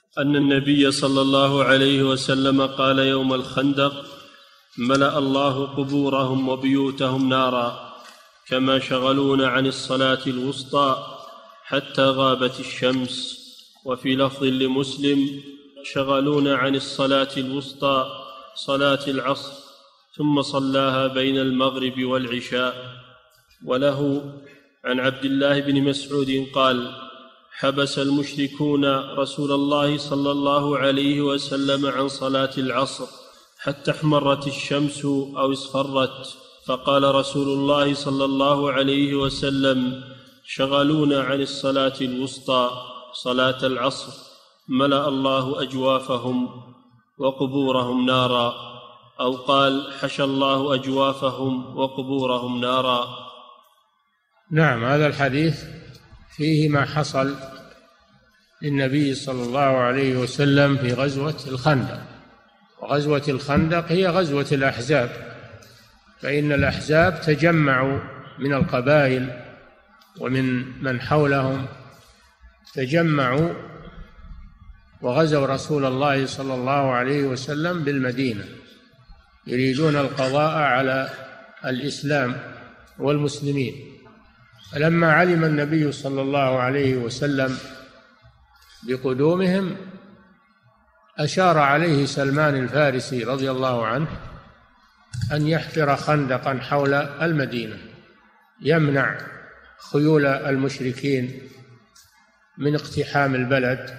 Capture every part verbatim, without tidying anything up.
أن النبي صلى الله عليه وسلم قال يوم الخندق: ملأ الله قبورهم وبيوتهم نارا كما شغلون عن الصلاة الوسطى حتى غابت الشمس. وفي لفظ لمسلم: شغلون عن الصلاة الوسطى صلاة العصر ثم صلاها بين المغرب والعشاء. وله عن عبد الله بن مسعود قال: حبس المشركون رسول الله صلى الله عليه وسلم عن صلاة العصر حتى احمرت الشمس أو اصفرت، فقال رسول الله صلى الله عليه وسلم: شغلونا عن الصلاة الوسطى صلاة العصر ملأ الله أجوافهم وقبورهم نارا، أو قال: حشى الله أجوافهم وقبورهم نارا. نعم، هذا الحديث فيه ما حصل للنبي صلى الله عليه وسلم في غزوة الخندق. وغزوة الخندق هي غزوة الأحزاب، فإن الأحزاب تجمعوا من القبائل ومن من حولهم، تجمعوا وغزوا رسول الله صلى الله عليه وسلم بالمدينة، يريدون القضاء على الإسلام والمسلمين. فلما علم النبي صلى الله عليه وسلم بقدومهم أشار عليه سلمان الفارسي رضي الله عنه أن يحفر خندقا حول المدينة يمنع خيول المشركين من اقتحام البلد.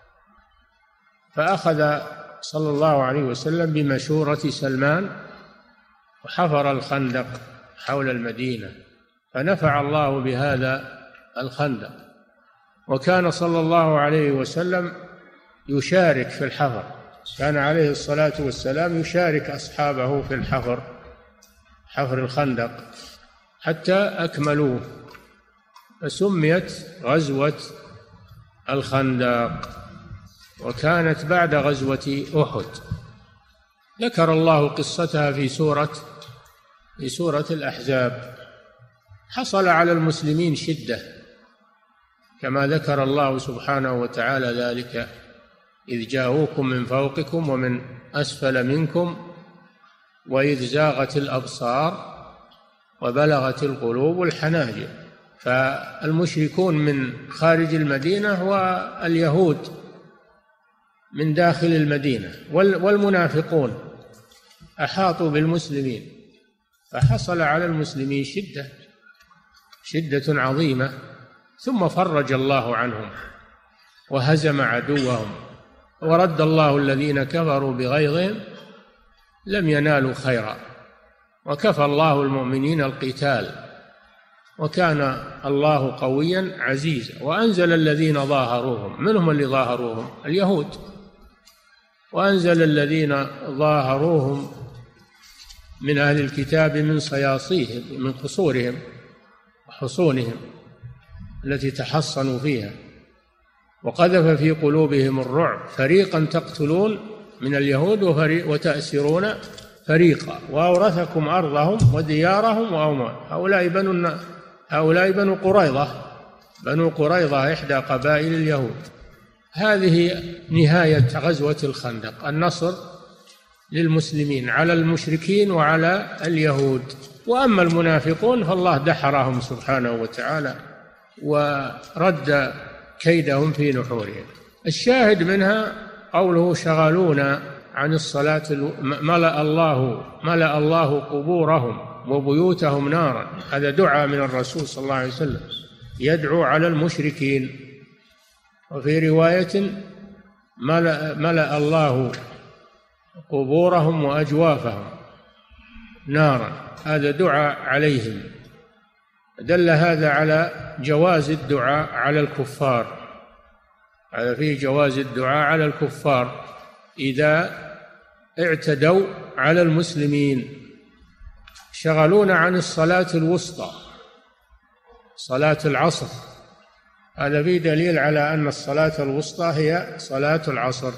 فأخذ صلى الله عليه وسلم بمشورة سلمان وحفر الخندق حول المدينة، فنفع الله بهذا الخندق. وكان صلى الله عليه وسلم يشارك في الحفر، كان عليه الصلاة والسلام يشارك أصحابه في الحفر، حفر الخندق، حتى أكملوه، فسميت غزوة الخندق. وكانت بعد غزوة أحد، ذكر الله قصتها في سورة في سورة الأحزاب. حصل على المسلمين شدة كما ذكر الله سبحانه وتعالى ذلك: إذ جاءوكم من فوقكم ومن أسفل منكم وإذ زاغت الأبصار وبلغت القلوب الحناجر. فالمشركون من خارج المدينة واليهود من داخل المدينة والمنافقون أحاطوا بالمسلمين، فحصل على المسلمين شدة شدة عظيمة، ثم فرج الله عنهم وهزم عدوهم ورد الله الذين كفروا بغيظهم لم ينالوا خيرا، وكفى الله المؤمنين القتال، وكان الله قويا عزيزا. وأنزل الذين ظاهروهم، من هم اللي ظاهروهم؟ اليهود. وأنزل الذين ظاهروهم من أهل الكتاب من صياصيهم، من قصورهم وحصونهم التي تحصنوا فيها، وقذف في قلوبهم الرعب، فريقا تقتلون من اليهود وتأسرون فريقا، وأورثكم أرضهم وديارهم وأموال. هؤلاء بنو هؤلاء بنو قريظة، بنو قريظة إحدى قبائل اليهود. هذه نهاية غزوة الخندق، النصر للمسلمين على المشركين وعلى اليهود. وأما المنافقون فالله دحرهم سبحانه وتعالى ورد كيدهم في نحورهم. الشاهد منها قوله: شغلونا عن الصلاة ملأ الله ملأ الله قبورهم وبيوتهم نارا. هذا دعاء من الرسول صلى الله عليه وسلم يدعو على المشركين. وفي رواية: ملأ, ملأ الله قبورهم وأجوافهم نارا. هذا دعاء عليهم. دل هذا على جواز الدعاء على الكفار، هذا فيه جواز الدعاء على الكفار إذا اعتدوا على المسلمين. شغلون عن الصلاة الوسطى صلاة العصر، هذا فيه دليل على أن الصلاة الوسطى هي صلاة العصر.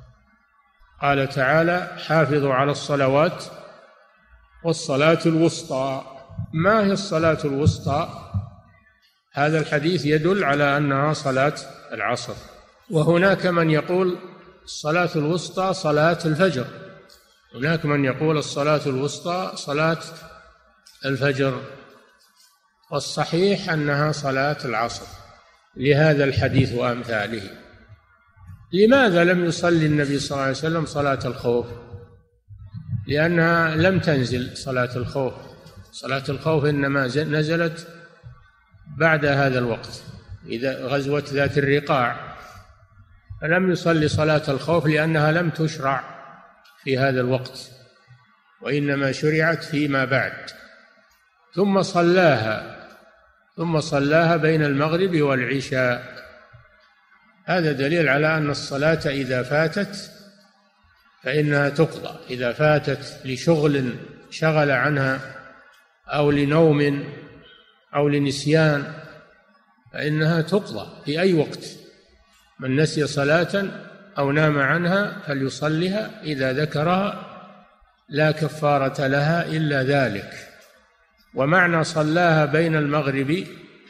قال تعالى: حافظوا على الصلوات والصلاة الوسطى. ما هي الصلاة الوسطى؟ هذا الحديث يدل على أنها صلاة العصر. وهناك من يقول الصلاة الوسطى صلاة الفجر، هناك من يقول الصلاة الوسطى صلاة الفجر، والصحيح أنها صلاة العصر لهذا الحديث وأمثاله. لماذا لم يصلي النبي صلى الله عليه وسلم صلاة الخوف؟ لأنها لم تنزل صلاة الخوف، صلاة الخوف إنما نزلت بعد هذا الوقت، إذا غزوة ذات الرقاع، فلم يصلي صلاة الخوف لأنها لم تشرع في هذا الوقت، وإنما شرعت فيما بعد. ثم صلاها ثم صلاها بين المغرب والعشاء. هذا دليل على أن الصلاة إذا فاتت فإنها تقضى، إذا فاتت لشغل شغل عنها أو لنوم أو لنسيان فإنها تقضى في أي وقت. من نسي صلاة أو نام عنها فليصلها إذا ذكرها، لا كفارة لها إلا ذلك. ومعنى صلاها بين المغرب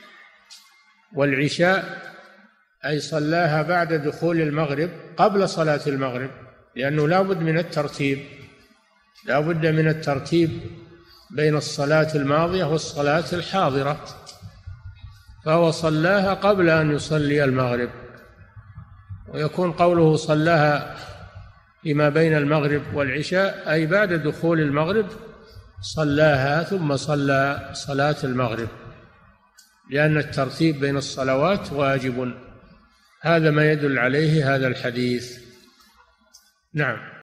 والعشاء أي صلاها بعد دخول المغرب قبل صلاة المغرب، لأنه لا بد من الترتيب، لا بد من الترتيب بين الصلاة الماضية والصلاة الحاضرة، فهو صلاها قبل أن يصلي المغرب. ويكون قوله صلاها فيما بين المغرب والعشاء أي بعد دخول المغرب صلاها ثم صلى صلاة المغرب، لأن الترتيب بين الصلوات واجب. هذا ما يدل عليه هذا الحديث. نعم.